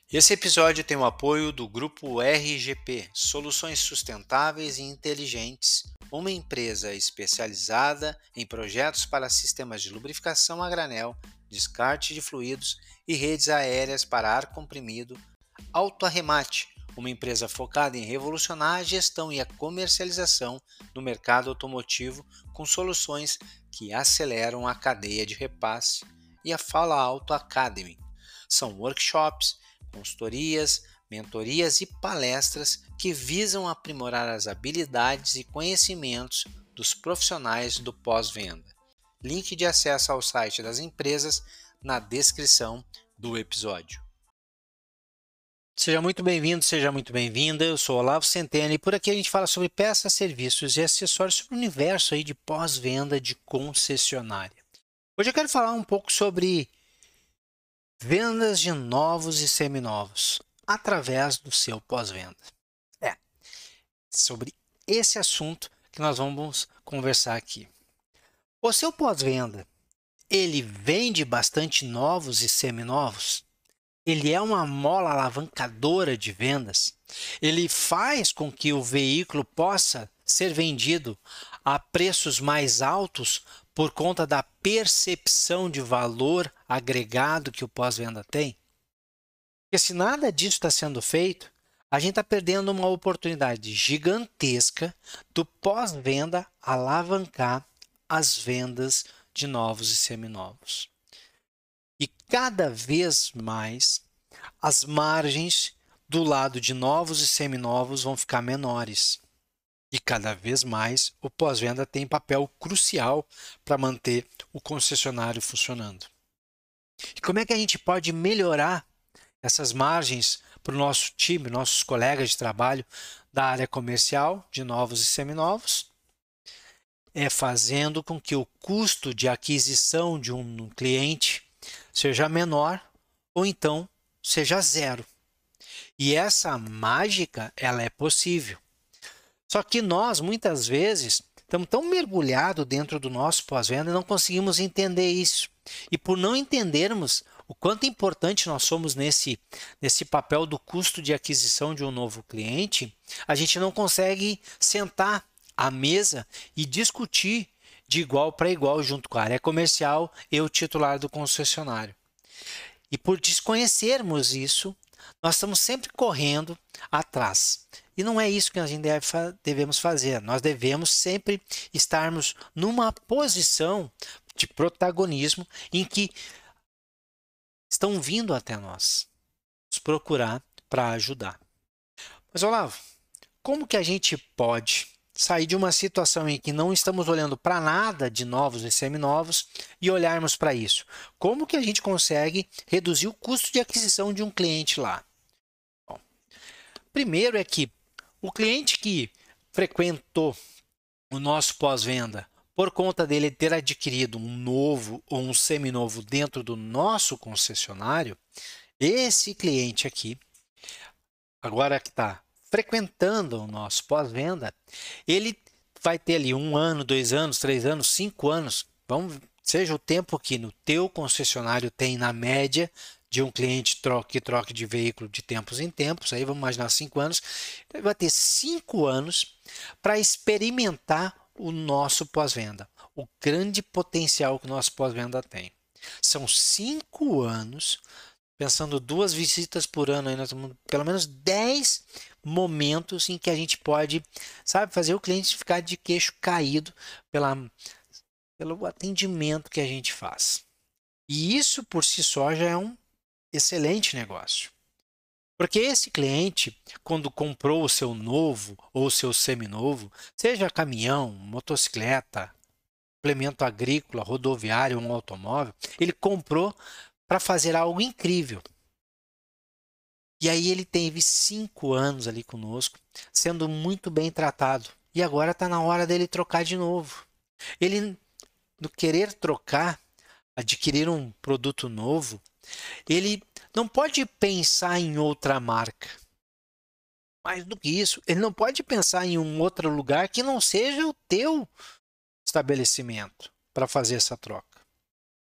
Esse episódio tem o apoio do Grupo RGP, Soluções Sustentáveis e Inteligentes, uma empresa especializada em projetos para sistemas de lubrificação a granel, descarte de fluidos e redes aéreas para ar comprimido. Autoarremate, uma empresa focada em revolucionar a gestão e a comercialização no mercado automotivo com soluções que aceleram a cadeia de repasse. E a Fala Auto Academy. São workshops, consultorias, mentorias e palestras que visam aprimorar as habilidades e conhecimentos dos profissionais do pós-venda. Link de acesso ao site das empresas na descrição do episódio. Seja muito bem-vindo, seja muito bem-vinda. Eu sou Olavo Centeno e por aqui a gente fala sobre peças, serviços e acessórios sobre o universo aí de pós-venda de concessionária. Hoje eu quero falar um pouco sobre vendas de novos e seminovos através do seu pós-venda. Sobre esse assunto que nós vamos conversar aqui. O seu pós-venda, ele vende bastante novos e seminovos? Ele é uma mola alavancadora de vendas? Ele faz com que o veículo possa ser vendido a preços mais altos por conta da percepção de valor agregado que o pós-venda tem? Porque se nada disso está sendo feito, a gente está perdendo uma oportunidade gigantesca do pós-venda alavancar as vendas de novos e seminovos. E cada vez mais as margens do lado de novos e seminovos vão ficar menores. E cada vez mais o pós-venda tem papel crucial para manter o concessionário funcionando. E como é que a gente pode melhorar essas margens para o nosso time, nossos colegas de trabalho da área comercial de novos e seminovos? É fazendo com que o custo de aquisição de um cliente seja menor ou então seja zero. E essa mágica, ela é possível. Só que nós, muitas vezes, estamos tão mergulhados dentro do nosso pós-venda e não conseguimos entender isso. E por não entendermos o quanto importante nós somos nesse papel do custo de aquisição de um novo cliente, a gente não consegue sentar à mesa e discutir de igual para igual junto com a área comercial e o titular do concessionário. E por desconhecermos isso, nós estamos sempre correndo atrás. E não é isso que a gente devemos fazer. Nós devemos sempre estarmos numa posição de protagonismo em que estão vindo até nós nos procurar para ajudar. Mas, Olavo, como que a gente pode sair de uma situação em que não estamos olhando para nada de novos e seminovos e olharmos para isso? Como que a gente consegue reduzir o custo de aquisição de um cliente lá? Bom, primeiro é que o cliente que frequentou o nosso pós-venda por conta dele ter adquirido um novo ou um seminovo dentro do nosso concessionário, esse cliente aqui, agora que está frequentando o nosso pós-venda, ele vai ter ali 1 ano, 2 anos, 3 anos, 5 anos, seja o tempo que no teu concessionário tem na média de um cliente que troque de veículo de tempos em tempos, aí vamos imaginar 5 anos, ele vai ter 5 anos para experimentar o nosso pós-venda, o grande potencial que o nosso pós-venda tem. São 5 anos, pensando 2 visitas por ano, aí nós temos pelo menos 10 momentos em que a gente pode, fazer o cliente ficar de queixo caído pelo atendimento que a gente faz. E isso por si só já é um excelente negócio. Porque esse cliente, quando comprou o seu novo ou o seu seminovo, seja caminhão, motocicleta, implemento agrícola, rodoviário ou um automóvel, ele comprou para fazer algo incrível. E aí ele teve 5 anos ali conosco, sendo muito bem tratado. E agora está na hora dele trocar de novo. Ele, no querer trocar, adquirir um produto novo, ele não pode pensar em outra marca. Mais do que isso, ele não pode pensar em um outro lugar que não seja o teu estabelecimento para fazer essa troca.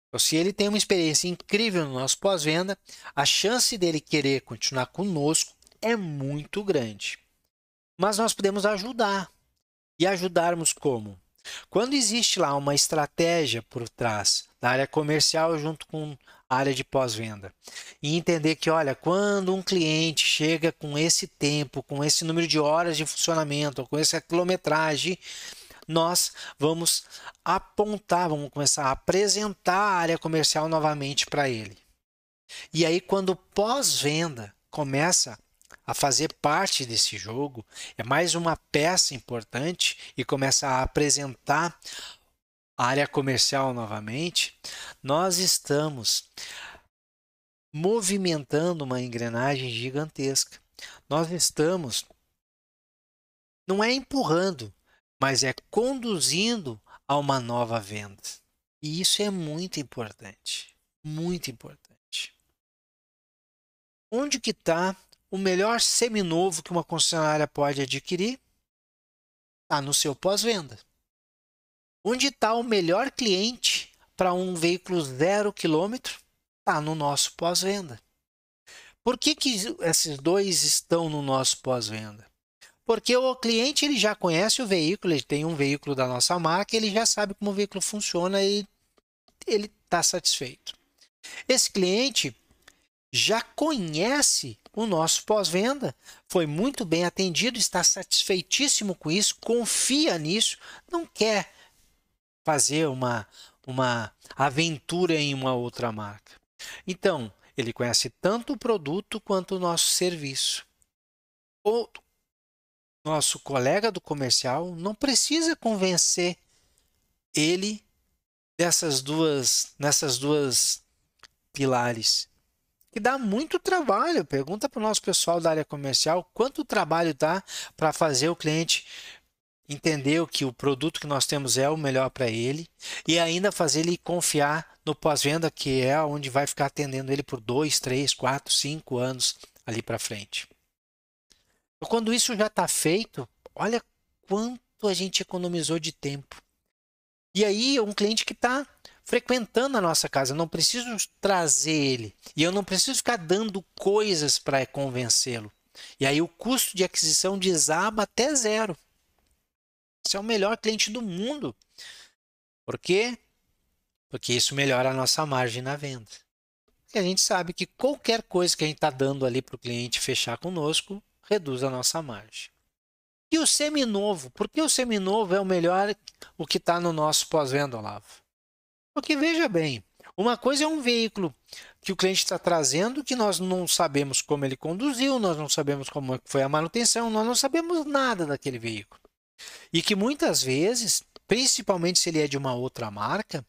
Então, se ele tem uma experiência incrível no nosso pós-venda, a chance dele querer continuar conosco é muito grande. Mas nós podemos ajudar. E ajudarmos como? Quando existe lá uma estratégia por trás da área comercial junto com a área de pós-venda e entender que, olha, quando um cliente chega com esse tempo, com esse número de horas de funcionamento, com essa quilometragem, nós vamos apontar, vamos começar a apresentar a área comercial novamente para ele. E aí, quando o pós-venda começa a fazer parte desse jogo, é mais uma peça importante e começa a apresentar a área comercial novamente, nós estamos movimentando uma engrenagem gigantesca. Nós estamos, não é empurrando, mas é conduzindo a uma nova venda. E isso é muito importante, muito importante. Onde que está o melhor seminovo que uma concessionária pode adquirir? Está no seu pós-venda. Onde está o melhor cliente para um veículo 0 quilômetro? Está no nosso pós-venda. Por que esses dois estão no nosso pós-venda? Porque o cliente ele já conhece o veículo, ele tem um veículo da nossa marca, ele já sabe como o veículo funciona e ele está satisfeito. Esse cliente já conhece o nosso pós-venda, foi muito bem atendido, está satisfeitíssimo com isso, confia nisso, não quer fazer uma aventura em uma outra marca. Então, ele conhece tanto o produto quanto o nosso serviço. O nosso colega do comercial não precisa convencer ele nessas duas pilares. Que dá muito trabalho. Pergunta para o nosso pessoal da área comercial quanto trabalho dá para fazer o cliente entender que o produto que nós temos é o melhor para ele e ainda fazer ele confiar no pós-venda, que é onde vai ficar atendendo ele por 2, 3, 4, 5 anos ali para frente. Quando isso já está feito, olha quanto a gente economizou de tempo. E aí é um cliente que está frequentando a nossa casa, eu não preciso trazer ele e eu não preciso ficar dando coisas para convencê-lo. E aí o custo de aquisição desaba até zero. Você é o melhor cliente do mundo. Por quê? Porque isso melhora a nossa margem na venda. E a gente sabe que qualquer coisa que a gente está dando ali para o cliente fechar conosco, reduz a nossa margem. E o seminovo? Por que o seminovo é o melhor, o que está no nosso pós-venda, Olavo? Porque veja bem, uma coisa é um veículo que o cliente está trazendo que nós não sabemos como ele conduziu, nós não sabemos como foi a manutenção, nós não sabemos nada daquele veículo. E que muitas vezes, principalmente se ele é de uma outra marca,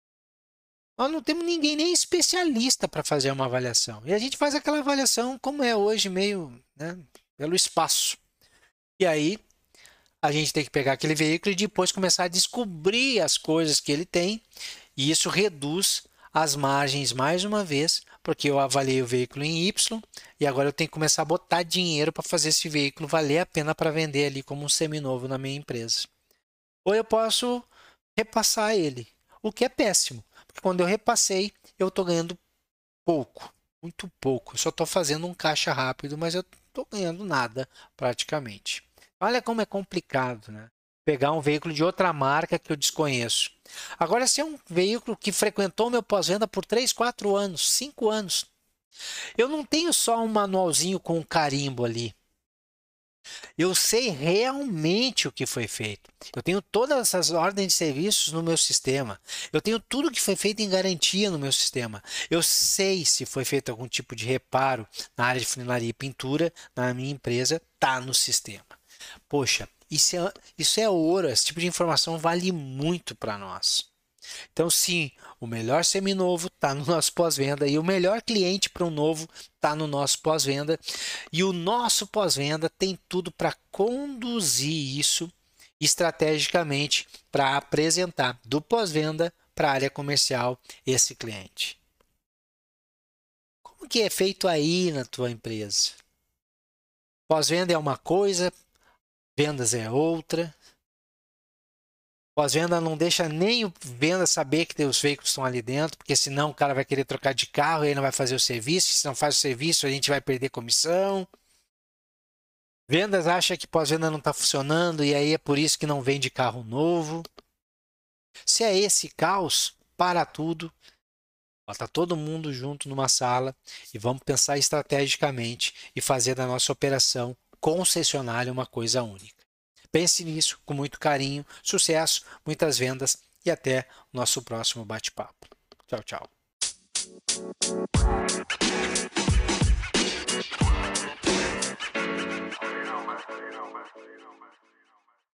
nós não temos ninguém nem especialista para fazer uma avaliação. E a gente faz aquela avaliação como é hoje, meio, né, pelo espaço. E aí a gente tem que pegar aquele veículo e depois começar a descobrir as coisas que ele tem. E isso reduz as margens mais uma vez, porque eu avaliei o veículo em Y e agora eu tenho que começar a botar dinheiro para fazer esse veículo valer a pena para vender ali como um seminovo na minha empresa. Ou eu posso repassar ele, o que é péssimo, porque quando eu repassei, eu estou ganhando pouco, muito pouco. Eu só estou fazendo um caixa rápido, mas eu estou ganhando nada praticamente. Olha como é complicado, né? Pegar um veículo de outra marca que eu desconheço. Agora, se é um veículo que frequentou meu pós-venda por 3, 4 anos, 5 anos, eu não tenho só um manualzinho com um carimbo ali. Eu sei realmente o que foi feito. Eu tenho todas essas ordens de serviços no meu sistema. Eu tenho tudo que foi feito em garantia no meu sistema. Eu sei se foi feito algum tipo de reparo na área de funilaria e pintura na minha empresa, está no sistema. Poxa, isso é ouro. Esse tipo de informação vale muito para nós. Então, sim, o melhor seminovo está no nosso pós-venda e o melhor cliente para um novo está no nosso pós-venda. E o nosso pós-venda tem tudo para conduzir isso estrategicamente para apresentar do pós-venda para a área comercial esse cliente. Como que é feito aí na tua empresa? Pós-venda é uma coisa, vendas é outra. Pós-venda não deixa nem o venda saber que os veículos estão ali dentro, porque senão o cara vai querer trocar de carro e ele não vai fazer o serviço. Se não faz o serviço, a gente vai perder comissão. Vendas acha que pós-venda não está funcionando e aí é por isso que não vende carro novo. Se é esse caos, para tudo. Bota todo mundo junto numa sala e vamos pensar estrategicamente e fazer da nossa operação concessionária uma coisa única. Pense nisso com muito carinho, sucesso, muitas vendas e até o nosso próximo bate-papo. Tchau, tchau.